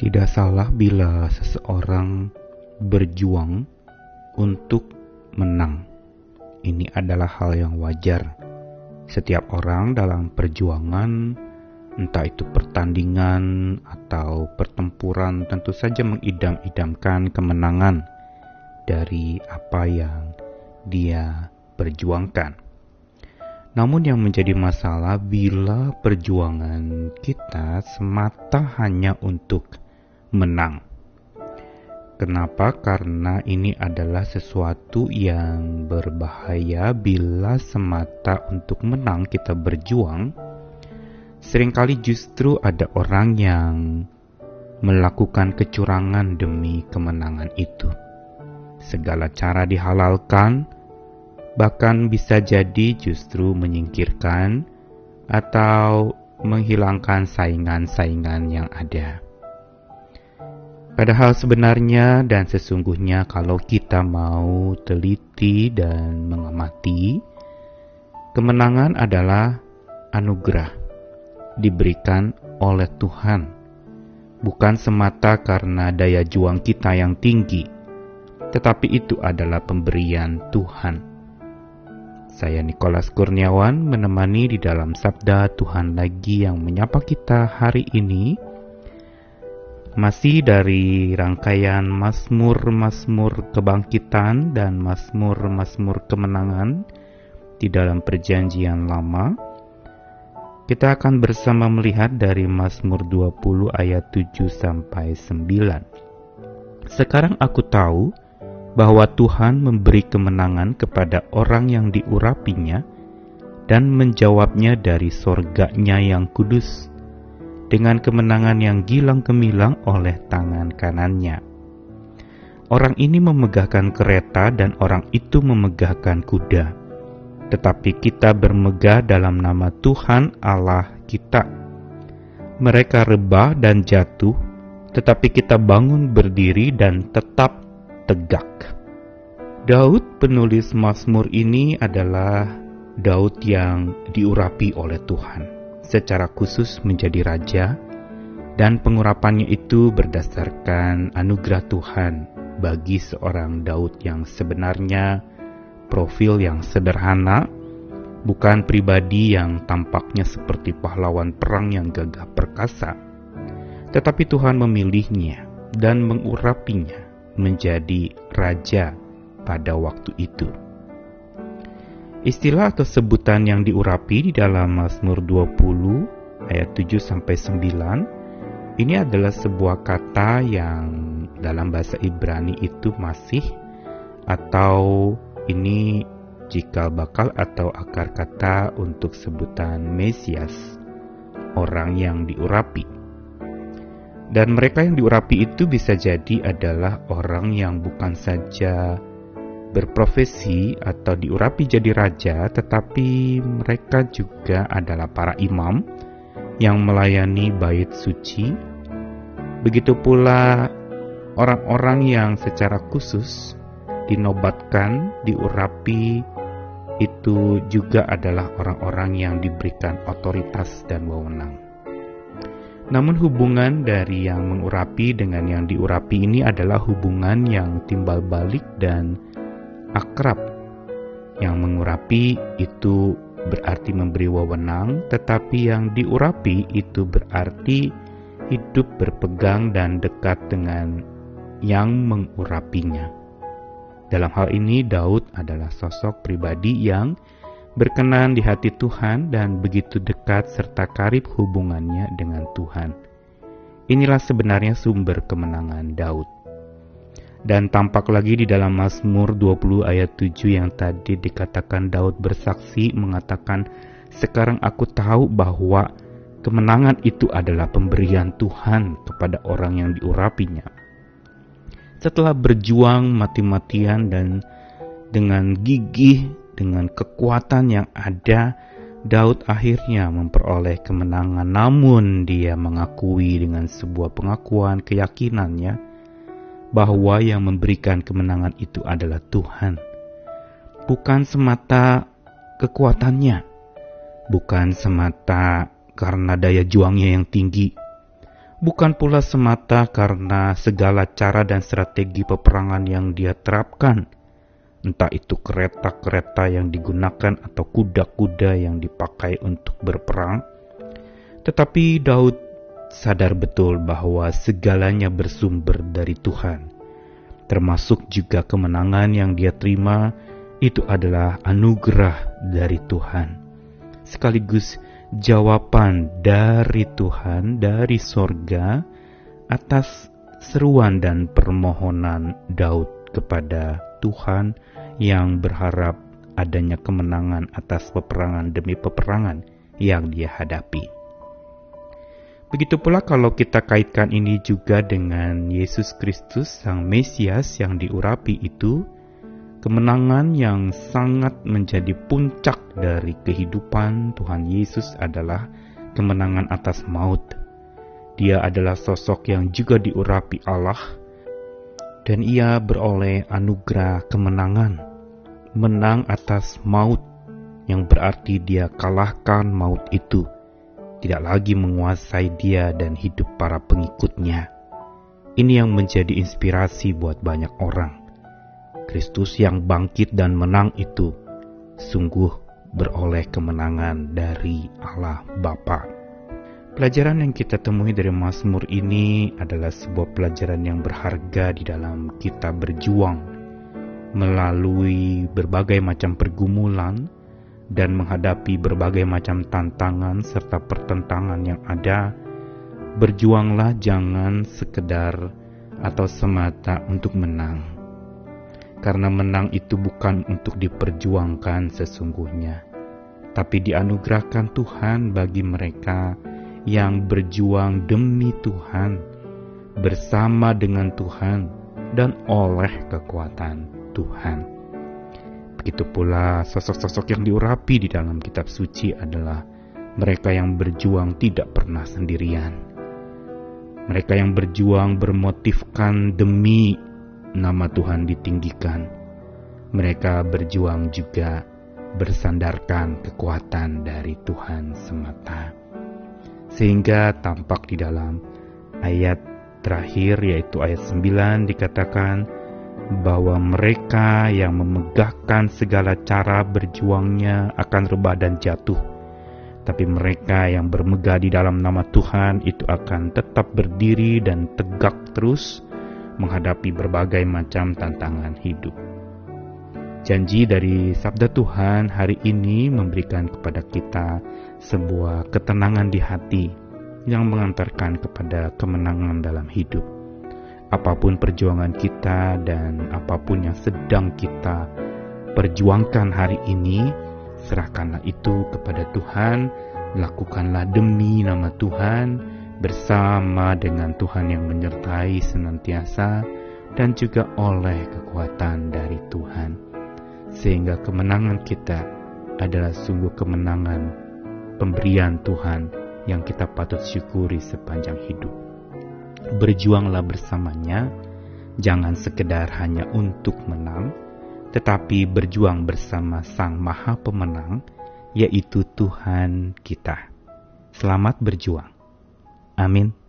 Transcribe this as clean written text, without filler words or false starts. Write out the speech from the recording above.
Tidak salah bila seseorang berjuang untuk menang. Ini adalah hal yang wajar. Setiap orang dalam perjuangan, entah itu pertandingan atau pertempuran, tentu saja mengidam-idamkan kemenangan dari apa yang dia perjuangkan. Namun yang menjadi masalah bila perjuangan kita semata hanya untuk menang. Kenapa? Karena ini adalah sesuatu yang berbahaya bila semata untuk menang kita berjuang. Seringkali justru ada orang yang melakukan kecurangan demi kemenangan itu. Segala cara dihalalkan, bahkan bisa jadi justru menyingkirkan atau menghilangkan saingan-saingan yang ada. Padahal sebenarnya dan sesungguhnya kalau kita mau teliti dan mengamati, kemenangan adalah anugerah diberikan oleh Tuhan, bukan semata karena daya juang kita yang tinggi, tetapi itu adalah pemberian Tuhan. Saya Nikolas Kurniawan menemani di dalam Sabda Tuhan lagi yang menyapa kita hari ini. Masih dari rangkaian Mazmur-Mazmur kebangkitan dan Mazmur-Mazmur kemenangan di dalam perjanjian lama. Kita akan bersama melihat dari Mazmur 20 ayat 7 sampai 9. Sekarang aku tahu bahwa Tuhan memberi kemenangan kepada orang yang diurapinya dan menjawabnya dari sorganya yang kudus dengan kemenangan yang gilang gemilang oleh tangan kanannya. Orang ini memegahkan kereta dan orang itu memegahkan kuda, tetapi kita bermegah dalam nama Tuhan Allah kita. Mereka rebah dan jatuh, tetapi kita bangun berdiri dan tetap tegak. Daud penulis Mazmur ini adalah Daud yang diurapi oleh Tuhan secara khusus menjadi raja, dan pengurapannya itu berdasarkan anugerah Tuhan bagi seorang Daud yang sebenarnya profil yang sederhana, bukan pribadi yang tampaknya seperti pahlawan perang yang gagah perkasa, tetapi Tuhan memilihnya dan mengurapinya menjadi raja pada waktu itu. Istilah atau sebutan yang diurapi di dalam Mazmur 20 ayat 7 sampai 9 ini adalah sebuah kata yang dalam bahasa Ibrani itu masih, atau ini cikal bakal atau akar kata untuk sebutan Mesias, orang yang diurapi. Dan mereka yang diurapi itu bisa jadi adalah orang yang bukan saja berprofesi atau diurapi jadi raja, tetapi mereka juga adalah para imam yang melayani bait suci. Begitu pula orang-orang yang secara khusus dinobatkan, diurapi, itu juga adalah orang-orang yang diberikan otoritas dan wewenang. Namun hubungan dari yang mengurapi dengan yang diurapi ini adalah hubungan yang timbal balik dan akrab. Yang mengurapi itu berarti memberi wewenang, tetapi yang diurapi itu berarti hidup berpegang dan dekat dengan yang mengurapinya. Dalam hal ini Daud adalah sosok pribadi yang berkenan di hati Tuhan dan begitu dekat serta karib hubungannya dengan Tuhan. Inilah sebenarnya sumber kemenangan Daud. Dan tampak lagi di dalam Mazmur 20 ayat 7 yang tadi dikatakan Daud bersaksi mengatakan, sekarang aku tahu bahwa kemenangan itu adalah pemberian Tuhan kepada orang yang diurapinya. Setelah berjuang mati-matian dan dengan gigih, dengan kekuatan yang ada, Daud akhirnya memperoleh kemenangan. Namun dia mengakui dengan sebuah pengakuan keyakinannya bahwa yang memberikan kemenangan itu adalah Tuhan. Bukan semata kekuatannya, bukan semata karena daya juangnya yang tinggi, Bukan pula semata karena segala cara dan strategi peperangan yang dia terapkan, entah itu kereta-kereta yang digunakan atau kuda-kuda yang dipakai untuk berperang. Tetapi Daud sadar betul bahwa segalanya bersumber dari Tuhan, termasuk juga kemenangan yang dia terima itu adalah anugerah dari Tuhan, sekaligus jawaban dari Tuhan dari sorga atas seruan dan permohonan Daud kepada Tuhan yang berharap adanya kemenangan atas peperangan demi peperangan yang dia hadapi. Begitu pula kalau kita kaitkan ini juga dengan Yesus Kristus Sang Mesias yang diurapi itu, kemenangan yang sangat menjadi puncak dari kehidupan Tuhan Yesus adalah kemenangan atas maut. Dia adalah sosok yang juga diurapi Allah, dan ia beroleh anugerah kemenangan, menang atas maut, yang berarti dia kalahkan maut itu, tidak lagi menguasai dia dan hidup para pengikutnya. Ini yang menjadi inspirasi buat banyak orang. Kristus yang bangkit dan menang itu sungguh beroleh kemenangan dari Allah Bapa. Pelajaran yang kita temui dari Mazmur ini adalah sebuah pelajaran yang berharga di dalam kita berjuang melalui berbagai macam pergumulan dan menghadapi berbagai macam tantangan serta pertentangan yang ada. Berjuanglah jangan sekedar atau semata untuk menang. Karena menang itu bukan untuk diperjuangkan sesungguhnya, tapi dianugerahkan Tuhan bagi mereka yang berjuang demi Tuhan, bersama dengan Tuhan, dan oleh kekuatan Tuhan. Begitu pula sosok-sosok yang diurapi di dalam kitab suci adalah mereka yang berjuang tidak pernah sendirian. Mereka yang berjuang bermotifkan demi nama Tuhan ditinggikan. Mereka berjuang juga bersandarkan kekuatan dari Tuhan semata. Sehingga tampak di dalam ayat terakhir, yaitu ayat 9, dikatakan bahwa mereka yang memegahkan segala cara berjuangnya akan rebah dan jatuh. Tapi mereka yang bermegah di dalam nama Tuhan itu akan tetap berdiri dan tegak terus menghadapi berbagai macam tantangan hidup. Janji dari sabda Tuhan hari ini memberikan kepada kita sebuah ketenangan di hati yang mengantarkan kepada kemenangan dalam hidup. Apapun perjuangan kita dan apapun yang sedang kita perjuangkan hari ini, serahkanlah itu kepada Tuhan, lakukanlah demi nama Tuhan, bersama dengan Tuhan yang menyertai senantiasa dan juga oleh kekuatan dari Tuhan. Sehingga kemenangan kita adalah sungguh kemenangan pemberian Tuhan yang kita patut syukuri sepanjang hidup. Berjuanglah bersamanya, jangan sekedar hanya untuk menang, tetapi berjuang bersama Sang Maha Pemenang, yaitu Tuhan kita. Selamat berjuang. Amin.